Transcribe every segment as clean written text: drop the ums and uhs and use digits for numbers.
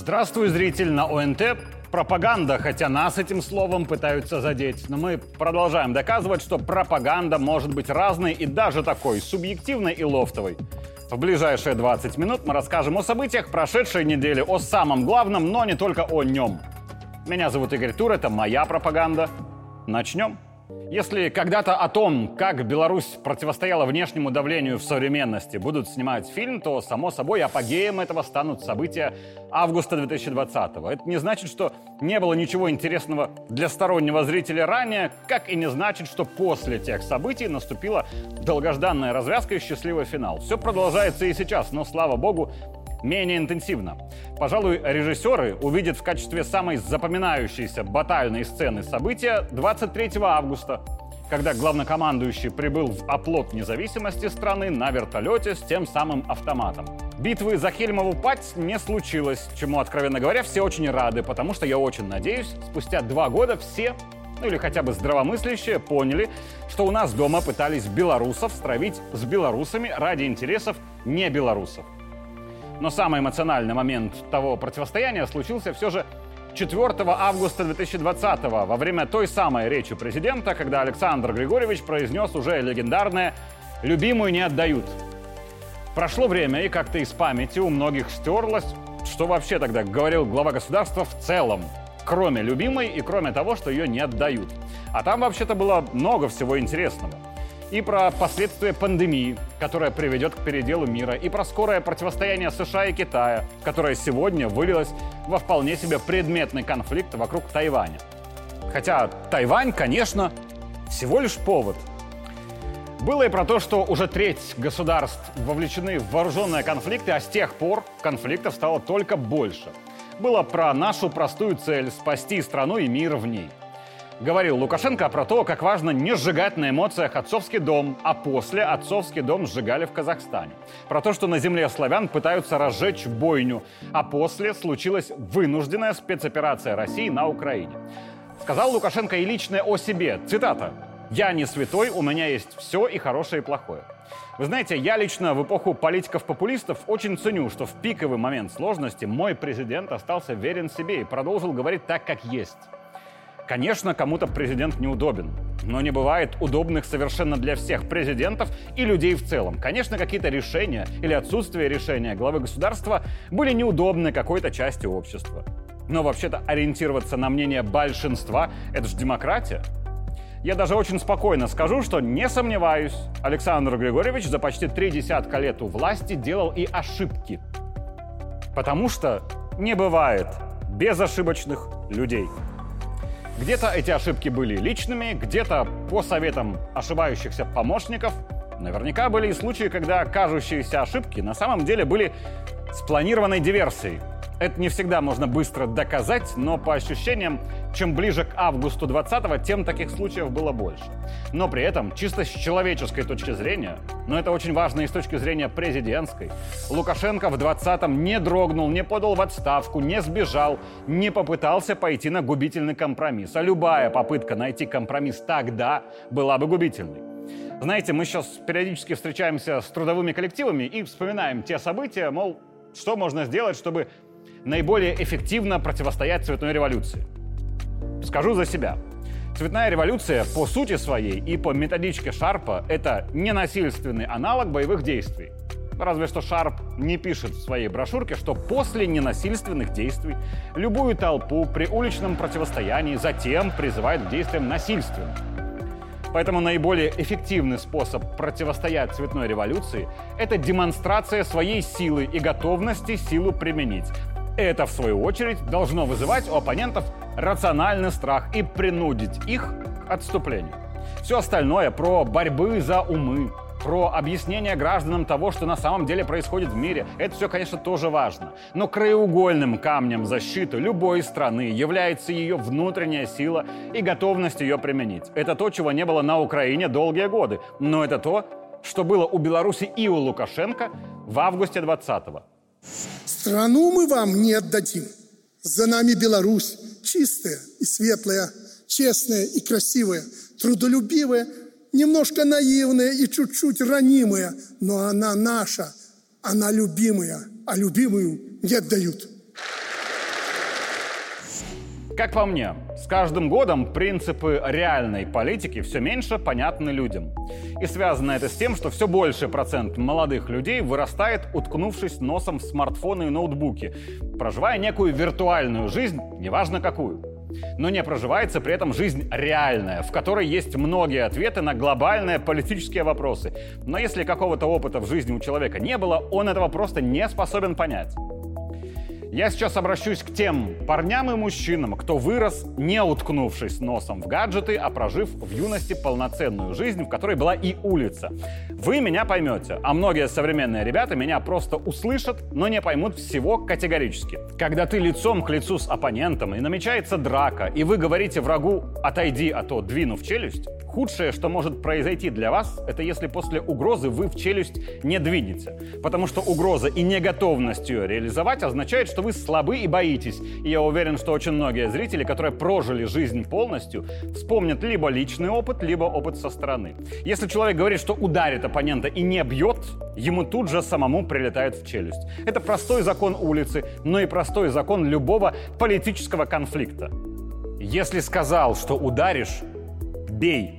Здравствуй, зритель, на ОНТ пропаганда, хотя нас этим словом пытаются задеть. Но мы продолжаем доказывать, что пропаганда может быть разной и даже такой, субъективной и лофтовой. В ближайшие 20 минут мы расскажем о событиях прошедшей недели, о самом главном, но не только о нем. Меня зовут Игорь Тур, это моя пропаганда. Начнем. Если когда-то о том, как Беларусь противостояла внешнему давлению в современности, будут снимать фильм, то, само собой, апогеем этого станут события августа 2020-го. Это не значит, что не было ничего интересного для стороннего зрителя ранее, как и не значит, что после тех событий наступила долгожданная развязка и счастливый финал. Все продолжается и сейчас, но, слава богу, менее интенсивно. Пожалуй, режиссеры увидят в качестве самой запоминающейся батальной сцены события 23 августа, когда главнокомандующий прибыл в оплот независимости страны на вертолете с тем самым автоматом. Битвы за Хельмову Падь не случилось, чему, откровенно говоря, все очень рады, потому что я очень надеюсь, спустя 2 года все, или хотя бы здравомыслящие, поняли, что у нас дома пытались белорусов стравить с белорусами ради интересов не белорусов. Но самый эмоциональный момент того противостояния случился все же 4 августа 2020-го, во время той самой речи президента, когда Александр Григорьевич произнес уже легендарное «любимую не отдают». Прошло время, и как-то из памяти у многих стерлось, что вообще тогда говорил глава государства в целом, кроме любимой и кроме того, что ее не отдают. А там вообще-то было много всего интересного. И про последствия пандемии, которая приведет к переделу мира, и про скорое противостояние США и Китая, которое сегодня вылилось во вполне себе предметный конфликт вокруг Тайваня. Хотя Тайвань, конечно, всего лишь повод. Было и про то, что уже треть государств вовлечены в вооруженные конфликты, а с тех пор конфликтов стало только больше. Было про нашу простую цель – спасти страну и мир в ней. Говорил Лукашенко про то, как важно не сжигать на эмоциях отцовский дом, а после отцовский дом сжигали в Казахстане. Про то, что на земле славян пытаются разжечь бойню, а после случилась вынужденная спецоперация России на Украине. Сказал Лукашенко и личное о себе. Цитата. «Я не святой, у меня есть все и хорошее, и плохое». Вы знаете, я лично в эпоху политиков-популистов очень ценю, что в пиковый момент сложности мой президент остался верен себе и продолжил говорить так, как есть. Конечно, кому-то президент неудобен, но не бывает удобных совершенно для всех президентов и людей в целом. Конечно, какие-то решения или отсутствие решения главы государства были неудобны какой-то части общества. Но вообще-то ориентироваться на мнение большинства – это же демократия. Я даже очень спокойно скажу, что не сомневаюсь, Александр Григорьевич за почти 30 лет у власти делал и ошибки. Потому что не бывает безошибочных людей. Где-то эти ошибки были личными, где-то по советам ошибающихся помощников. Наверняка были и случаи, когда кажущиеся ошибки на самом деле были спланированной диверсией. Это не всегда можно быстро доказать, но по ощущениям, чем ближе к августу 20-го, тем таких случаев было больше. Но при этом, чисто с человеческой точки зрения, но это очень важно и с точки зрения президентской, Лукашенко в 20-м не дрогнул, не подал в отставку, не сбежал, не попытался пойти на губительный компромисс. А любая попытка найти компромисс тогда была бы губительной. Знаете, мы сейчас периодически встречаемся с трудовыми коллективами и вспоминаем те события, мол, что можно сделать, чтобы наиболее эффективно противостоять цветной революции. Скажу за себя. Цветная революция по сути своей и по методичке Шарпа – это ненасильственный аналог боевых действий. Разве что Шарп не пишет в своей брошюрке, что после ненасильственных действий любую толпу при уличном противостоянии затем призывают к действиям насильственным. Поэтому наиболее эффективный способ противостоять цветной революции – это демонстрация своей силы и готовности силу применить. Это, в свою очередь, должно вызывать у оппонентов рациональный страх и принудить их к отступлению. Все остальное про борьбы за умы, про объяснение гражданам того, что на самом деле происходит в мире, это все, конечно, тоже важно. Но краеугольным камнем защиты любой страны является ее внутренняя сила и готовность ее применить. Это то, чего не было на Украине долгие годы. Но это то, что было у Беларуси и у Лукашенко в августе 20-го. Страну мы вам не отдадим. За нами Беларусь, чистая и светлая, честная и красивая, трудолюбивая, немножко наивная и чуть-чуть ранимая, но она наша, она любимая, а любимую не отдают. Как по мне, с каждым годом принципы реальной политики все меньше понятны людям. И связано это с тем, что все больший процент молодых людей вырастает, уткнувшись носом в смартфоны и ноутбуки, проживая некую виртуальную жизнь, неважно какую. Но не проживается при этом жизнь реальная, в которой есть многие ответы на глобальные политические вопросы. Но если какого-то опыта в жизни у человека не было, он этого просто не способен понять. Я сейчас обращусь к тем парням и мужчинам, кто вырос, не уткнувшись носом в гаджеты, а прожив в юности полноценную жизнь, в которой была и улица. Вы меня поймете, а многие современные ребята меня просто услышат, но не поймут всего категорически. Когда ты лицом к лицу с оппонентом, и намечается драка, и вы говорите врагу «отойди, а то двину в челюсть», худшее, что может произойти для вас, это если после угрозы вы в челюсть не двинете. Потому что угроза и неготовность ее реализовать означает, что вы слабы и боитесь. И я уверен, что очень многие зрители, которые прожили жизнь полностью, вспомнят либо личный опыт, либо опыт со стороны. Если человек говорит, что ударит оппонента и не бьет, ему тут же самому прилетает в челюсть. Это простой закон улицы, но и простой закон любого политического конфликта. Если сказал, что ударишь, бей.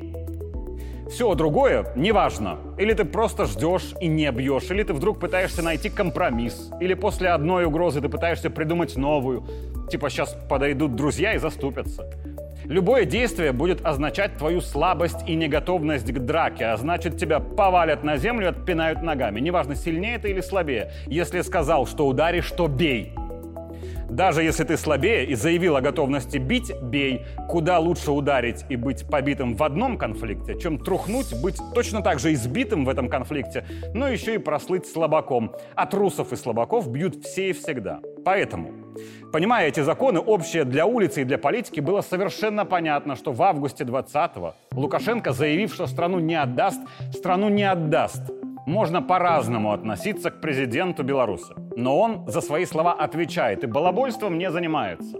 Все другое неважно. Или ты просто ждешь и не бьешь, или ты вдруг пытаешься найти компромисс, или после одной угрозы ты пытаешься придумать новую. Типа сейчас подойдут друзья и заступятся. Любое действие будет означать твою слабость и неготовность к драке, а значит тебя повалят на землю и отпинают ногами. Неважно, сильнее ты или слабее. Если сказал, что ударишь, то бей. Даже если ты слабее и заявил о готовности бить, бей. Куда лучше ударить и быть побитым в одном конфликте, чем трухнуть, быть точно так же избитым в этом конфликте, но еще и прослыть слабаком. А трусов и слабаков бьют все и всегда. Поэтому, понимая эти законы, общие для улицы и для политики, было совершенно понятно, что в августе 2020-го Лукашенко, заявив, что страну не отдаст, страну не отдаст. Можно по-разному относиться к президенту Беларуси, но он за свои слова отвечает и балабольством не занимается.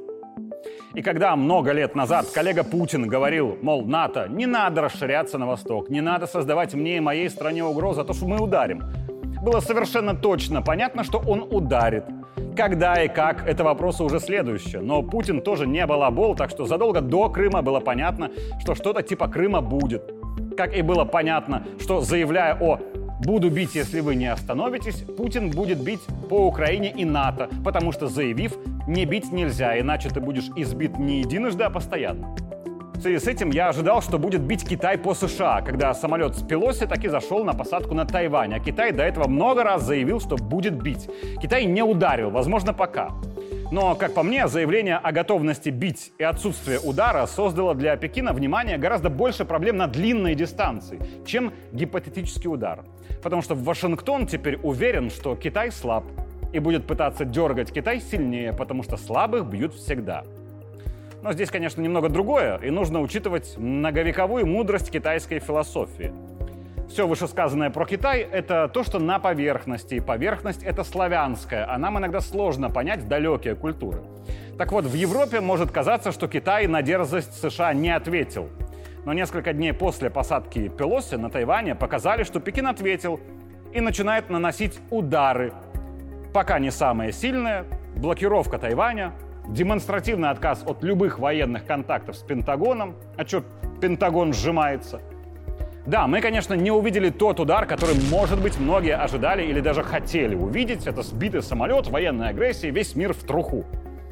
И когда много лет назад коллега Путин говорил, мол, НАТО, не надо расширяться на восток, не надо создавать мне и моей стране угрозу, а то что мы ударим, было совершенно точно понятно, что он ударит. Когда и как – это вопросы уже следующие. Но Путин тоже не балабол, так что задолго до Крыма было понятно, что что-то типа Крыма будет. Как и было понятно, что, заявляя о «буду бить, если вы не остановитесь», Путин будет бить по Украине и НАТО, потому что, заявив, не бить нельзя, иначе ты будешь избит не единожды, а постоянно. В связи с этим я ожидал, что будет бить Китай по США, когда самолет с Пелоси таки зашел на посадку на Тайвань, а Китай до этого много раз заявил, что будет бить. Китай не ударил, возможно, пока. Но, как по мне, заявление о готовности бить и отсутствие удара создало для Пекина, внимание, гораздо больше проблем на длинной дистанции, чем гипотетический удар. Потому что Вашингтон теперь уверен, что Китай слаб, и будет пытаться дергать Китай сильнее, потому что слабых бьют всегда. Но здесь, конечно, немного другое, и нужно учитывать многовековую мудрость китайской философии. Все вышесказанное про Китай — это то, что на поверхности, и поверхность — это славянская, а нам иногда сложно понять далекие культуры. Так вот, в Европе может казаться, что Китай на дерзость США не ответил. Но несколько дней после посадки Пелоси на Тайване показали, что Пекин ответил и начинает наносить удары. Пока не самые сильные, блокировка Тайваня, демонстративный отказ от любых военных контактов с Пентагоном. А что Пентагон сжимается? Да, мы, конечно, не увидели тот удар, который, может быть, многие ожидали или даже хотели увидеть. Это сбитый самолет, военная агрессия, весь мир в труху.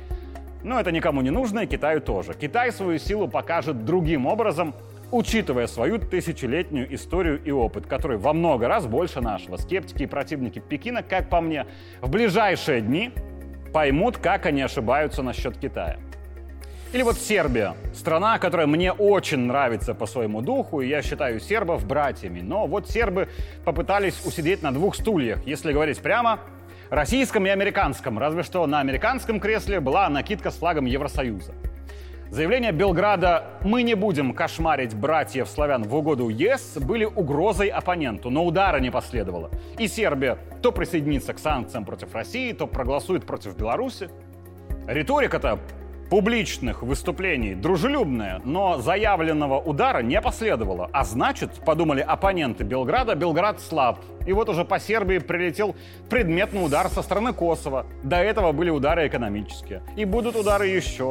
Но это никому не нужно, и Китаю тоже. Китай свою силу покажет другим образом, учитывая свою тысячелетнюю историю и опыт, который во много раз больше нашего. Скептики и противники Пекина, как по мне, в ближайшие дни поймут, как они ошибаются насчет Китая. Или вот Сербия. Страна, которая мне очень нравится по своему духу, и я считаю сербов братьями. Но вот сербы попытались усидеть на двух стульях, если говорить прямо, российском и американском. Разве что на американском кресле была накидка с флагом Евросоюза. Заявления Белграда «мы не будем кошмарить братьев-славян в угоду ЕС» были угрозой оппоненту, но удара не последовало. И Сербия то присоединится к санкциям против России, то проголосует против Беларуси. Риторика-то публичных выступлений дружелюбная, но заявленного удара не последовало. А значит, подумали оппоненты Белграда, Белград слаб. И вот уже по Сербии прилетел предметный удар со стороны Косово. До этого были удары экономические. И будут удары еще.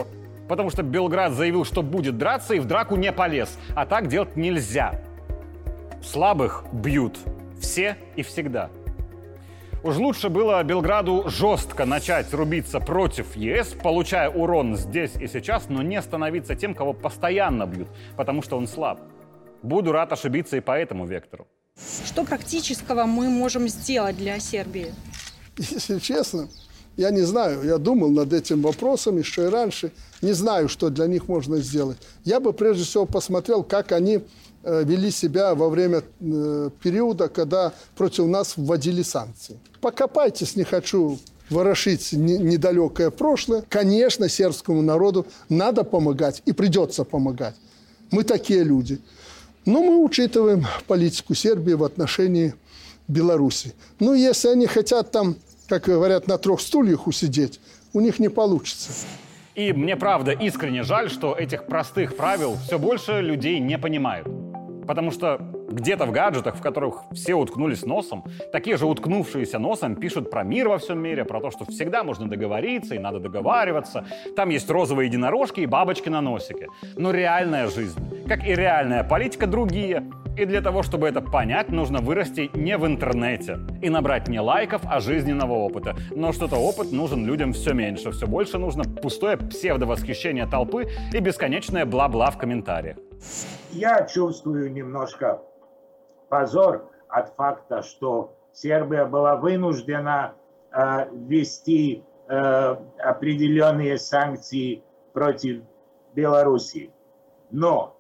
Потому что Белград заявил, что будет драться, и в драку не полез. А так делать нельзя. Слабых бьют. Все и всегда. Уж лучше было Белграду жестко начать рубиться против ЕС, получая урон здесь и сейчас, но не становиться тем, кого постоянно бьют, потому что он слаб. Буду рад ошибиться и по этому вектору. Что практического мы можем сделать для Сербии? Если честно, я не знаю. Я думал над этим вопросом еще и раньше. Не знаю, что для них можно сделать. Я бы прежде всего посмотрел, как они вели себя во время периода, когда против нас вводили санкции. Покопайтесь, не хочу ворошить недалекое прошлое. Конечно, сербскому народу надо помогать и придется помогать. Мы такие люди. Но мы учитываем политику Сербии в отношении Беларуси. Ну, если они хотят там, как говорят, на 3 стульях усидеть, у них не получится. И мне правда искренне жаль, что этих простых правил все больше людей не понимают. Потому что где-то в гаджетах, в которых все уткнулись носом, такие же уткнувшиеся носом пишут про мир во всем мире, про то, что всегда можно договориться и надо договариваться. Там есть розовые единорожки и бабочки на носике. Но реальная жизнь, как и реальная политика, другие. И для того, чтобы это понять, нужно вырасти не в интернете и набрать не лайков, а жизненного опыта. Но что-то опыт нужен людям все меньше. Все больше нужно пустое псевдовосхищение толпы и бесконечное бла-бла в комментариях. Я чувствую немножко позор от факта, что Сербия была вынуждена ввести определенные санкции против Беларуси. Но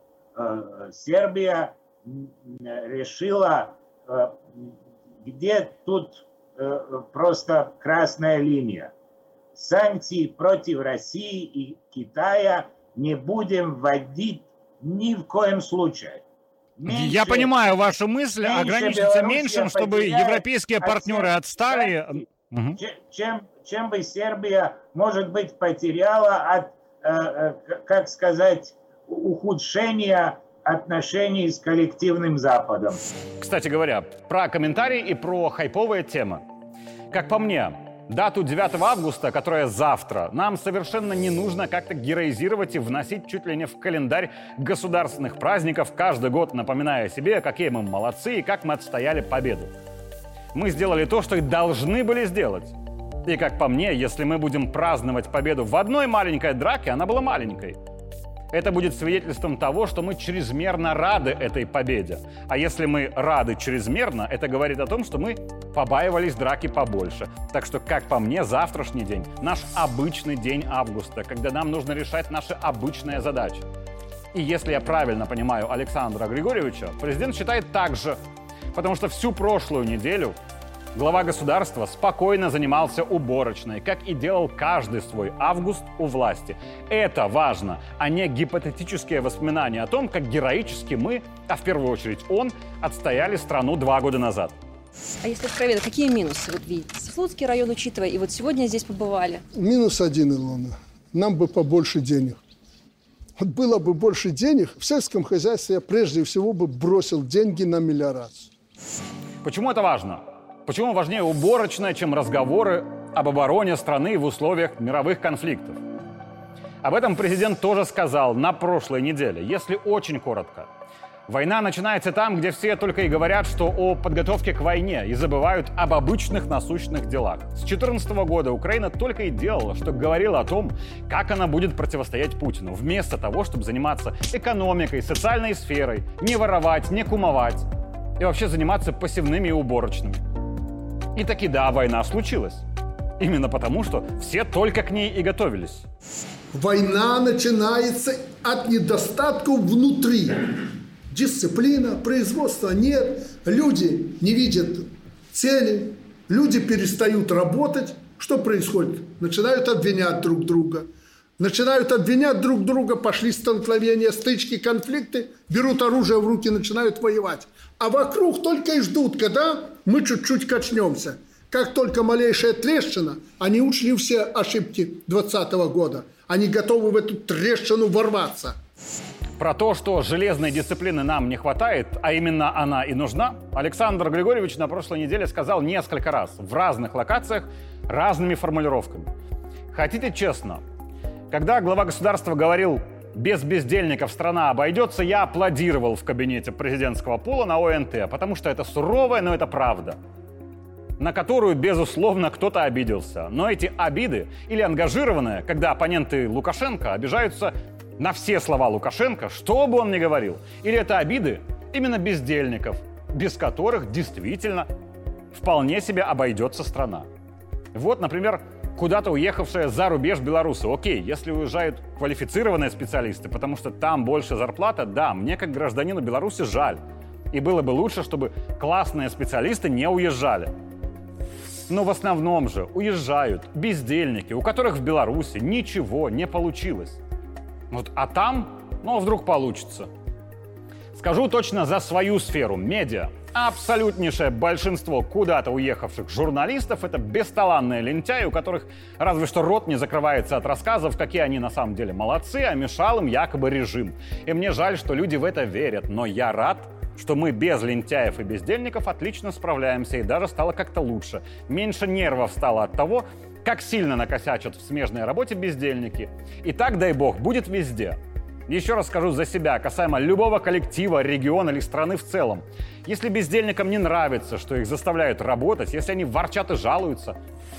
Сербия решила, где тут просто красная линия. Санкции против России и Китая не будем вводить ни в коем случае. Я понимаю вашу мысль, ограничиться меньшим, чтобы европейские партнеры отстали. Чем бы Сербия, может быть, потеряла от, как сказать, ухудшения отношений с коллективным Западом. Кстати говоря, про комментарии и про хайповые темы. Как по мне, дату 9 августа, которая завтра, нам совершенно не нужно как-то героизировать и вносить чуть ли не в календарь государственных праздников, каждый год напоминая себе, какие мы молодцы и как мы отстояли победу. Мы сделали то, что и должны были сделать. И как по мне, если мы будем праздновать победу в одной маленькой драке, она была маленькой. Это будет свидетельством того, что мы чрезмерно рады этой победе. А если мы рады чрезмерно, это говорит о том, что мы побаивались драки побольше. Так что, как по мне, завтрашний день – наш обычный день августа, когда нам нужно решать наши обычные задачи. И если я правильно понимаю Александра Григорьевича, президент считает так же, потому что всю прошлую неделю глава государства спокойно занимался уборочной, как и делал каждый свой август у власти. Это важно, а не гипотетические воспоминания о том, как героически мы, а в первую очередь он, отстояли страну 2 года назад. А если откровенно, какие минусы вот видите? Слуцкий район учитывая, и вот сегодня здесь побывали. Минус один, Илона. Нам бы побольше денег. Вот было бы больше денег, в сельском хозяйстве я прежде всего бы бросил деньги на мелиорацию. Почему это важно? Почему важнее уборочная, чем разговоры об обороне страны в условиях мировых конфликтов? Об этом президент тоже сказал на прошлой неделе, если очень коротко. Война начинается там, где все только и говорят, что о подготовке к войне и забывают об обычных насущных делах. С 2014 года Украина только и делала, что говорила о том, как она будет противостоять Путину, вместо того, чтобы заниматься экономикой, социальной сферой, не воровать, не кумовать и вообще заниматься посевными и уборочными. И таки да, война случилась. Именно потому, что все только к ней и готовились. Война начинается от недостатков внутри. Дисциплина, производства нет, люди не видят цели, люди перестают работать. Что происходит? Начинают обвинять друг друга. Пошли столкновения, стычки, конфликты, берут оружие в руки, начинают воевать. А вокруг только и ждут, когда мы чуть-чуть качнемся. Как только малейшая трещина, они учли все ошибки 2020 года. Они готовы в эту трещину ворваться. Про то, что железной дисциплины нам не хватает, а именно она и нужна, Александр Григорьевич на прошлой неделе сказал несколько раз в разных локациях разными формулировками. Хотите честно? Когда глава государства говорил «без бездельников страна обойдется», я аплодировал в кабинете президентского пула на ОНТ, потому что это суровая, но это правда, на которую, безусловно, кто-то обиделся. Но эти обиды или ангажированные, когда оппоненты Лукашенко обижаются на все слова Лукашенко, что бы он ни говорил, или это обиды именно бездельников, без которых действительно вполне себе обойдется страна. Вот, например, куда-то уехавшие за рубеж белорусы. Окей, если уезжают квалифицированные специалисты, потому что там больше зарплата, да, мне как гражданину Беларуси жаль. И было бы лучше, чтобы классные специалисты не уезжали. Но в основном же уезжают бездельники, у которых в Беларуси ничего не получилось. Вот, а там, ну, вдруг получится. Скажу точно за свою сферу, медиа. Абсолютнейшее большинство куда-то уехавших журналистов — это бесталанные лентяи, у которых разве что рот не закрывается от рассказов, какие они на самом деле молодцы, а мешал им якобы режим. И мне жаль, что люди в это верят, но я рад, что мы без лентяев и бездельников отлично справляемся, и даже стало как-то лучше. Меньше нервов стало от того, как сильно накосячат в смежной работе бездельники. И так, дай бог, будет везде. Еще раз скажу за себя, касаемо любого коллектива, региона или страны в целом. Если бездельникам не нравится, что их заставляют работать, если они ворчат и жалуются,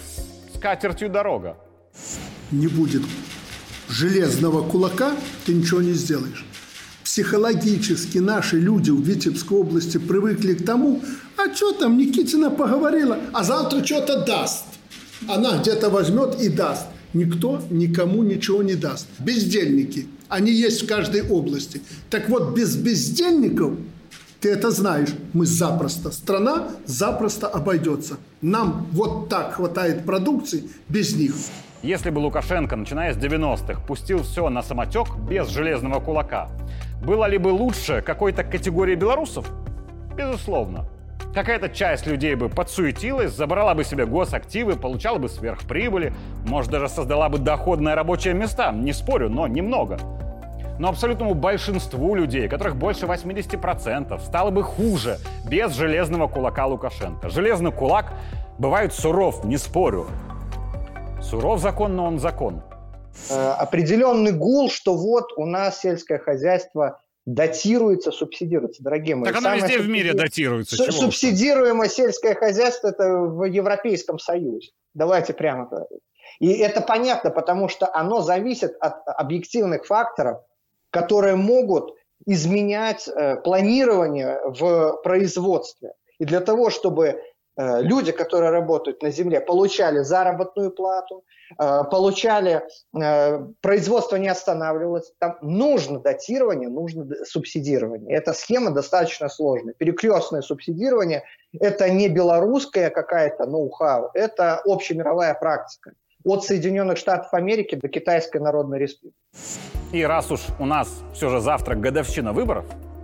с катертью дорога. Не будет железного кулака, ты ничего не сделаешь. Психологически наши люди в Витебской области привыкли к тому, а что там Никитина поговорила, а завтра что-то даст. Она где-то возьмет и даст. Никто никому ничего не даст. Бездельники, они есть в каждой области. Так вот, без бездельников, ты это знаешь, мы запросто, страна запросто обойдется. Нам вот так хватает продукции без них. Если бы Лукашенко, начиная с 90-х, пустил все на самотек без железного кулака, было ли бы лучше какой-то категории белорусов? Безусловно. Какая-то часть людей бы подсуетилась, забрала бы себе госактивы, получала бы сверхприбыли, может, даже создала бы доходные рабочие места, не спорю, но немного. Но абсолютному большинству людей, которых больше 80%, стало бы хуже без железного кулака Лукашенко. Железный кулак бывает суров, не спорю. Суров закон, но он закон. Определенный гул, что вот у нас сельское хозяйство датируется, субсидируется, дорогие мои. Так оно везде в мире датируется. Субсидируемое сельское хозяйство — это в Европейском Союзе. Давайте прямо говорить. И это понятно, потому что оно зависит от объективных факторов, которые могут изменять планирование в производстве. И для того, чтобы люди, которые работают на земле, получали заработную плату, получали, производство не останавливалось, там нужно датирование, нужно субсидирование. Эта схема достаточно сложная. Перекрестное субсидирование – это не белорусская какая-то ноу-хау, это общемировая практика. От Соединенных Штатов Америки до Китайской Народной Республики. И раз уж у нас все же завтра годовщина выборов,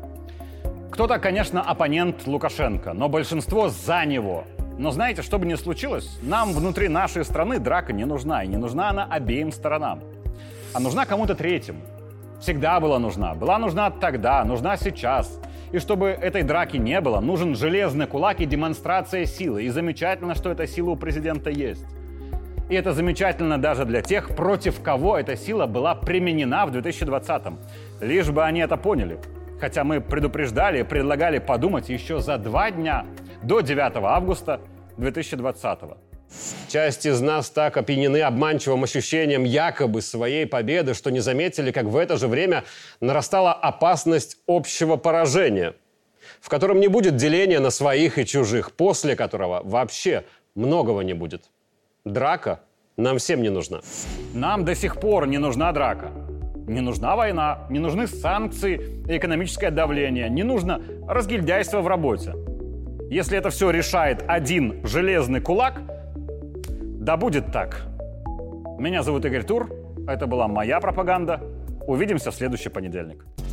кто-то, конечно, оппонент Лукашенко, но большинство за него. Но знаете, что бы ни случилось, нам внутри нашей страны драка не нужна. И не нужна она обеим сторонам. А нужна кому-то третьему. Всегда была нужна. Была нужна тогда, нужна сейчас. И чтобы этой драки не было, нужен железный кулак и демонстрация силы. И замечательно, что эта сила у президента есть. И это замечательно даже для тех, против кого эта сила была применена в 2020-м. Лишь бы они это поняли. Хотя мы предупреждали и предлагали подумать еще за 2 дня до 9 августа 2020-го. Часть из нас так опьянены обманчивым ощущением якобы своей победы, что не заметили, как в это же время нарастала опасность общего поражения, в котором не будет деления на своих и чужих, после которого вообще многого не будет. Драка нам всем не нужна. Нам до сих пор не нужна драка. Не нужна война, не нужны санкции и экономическое давление, не нужно разгильдяйство в работе. Если это все решает один железный кулак, да будет так. Меня зовут Игорь Тур, это была моя пропаганда. Увидимся в следующий понедельник.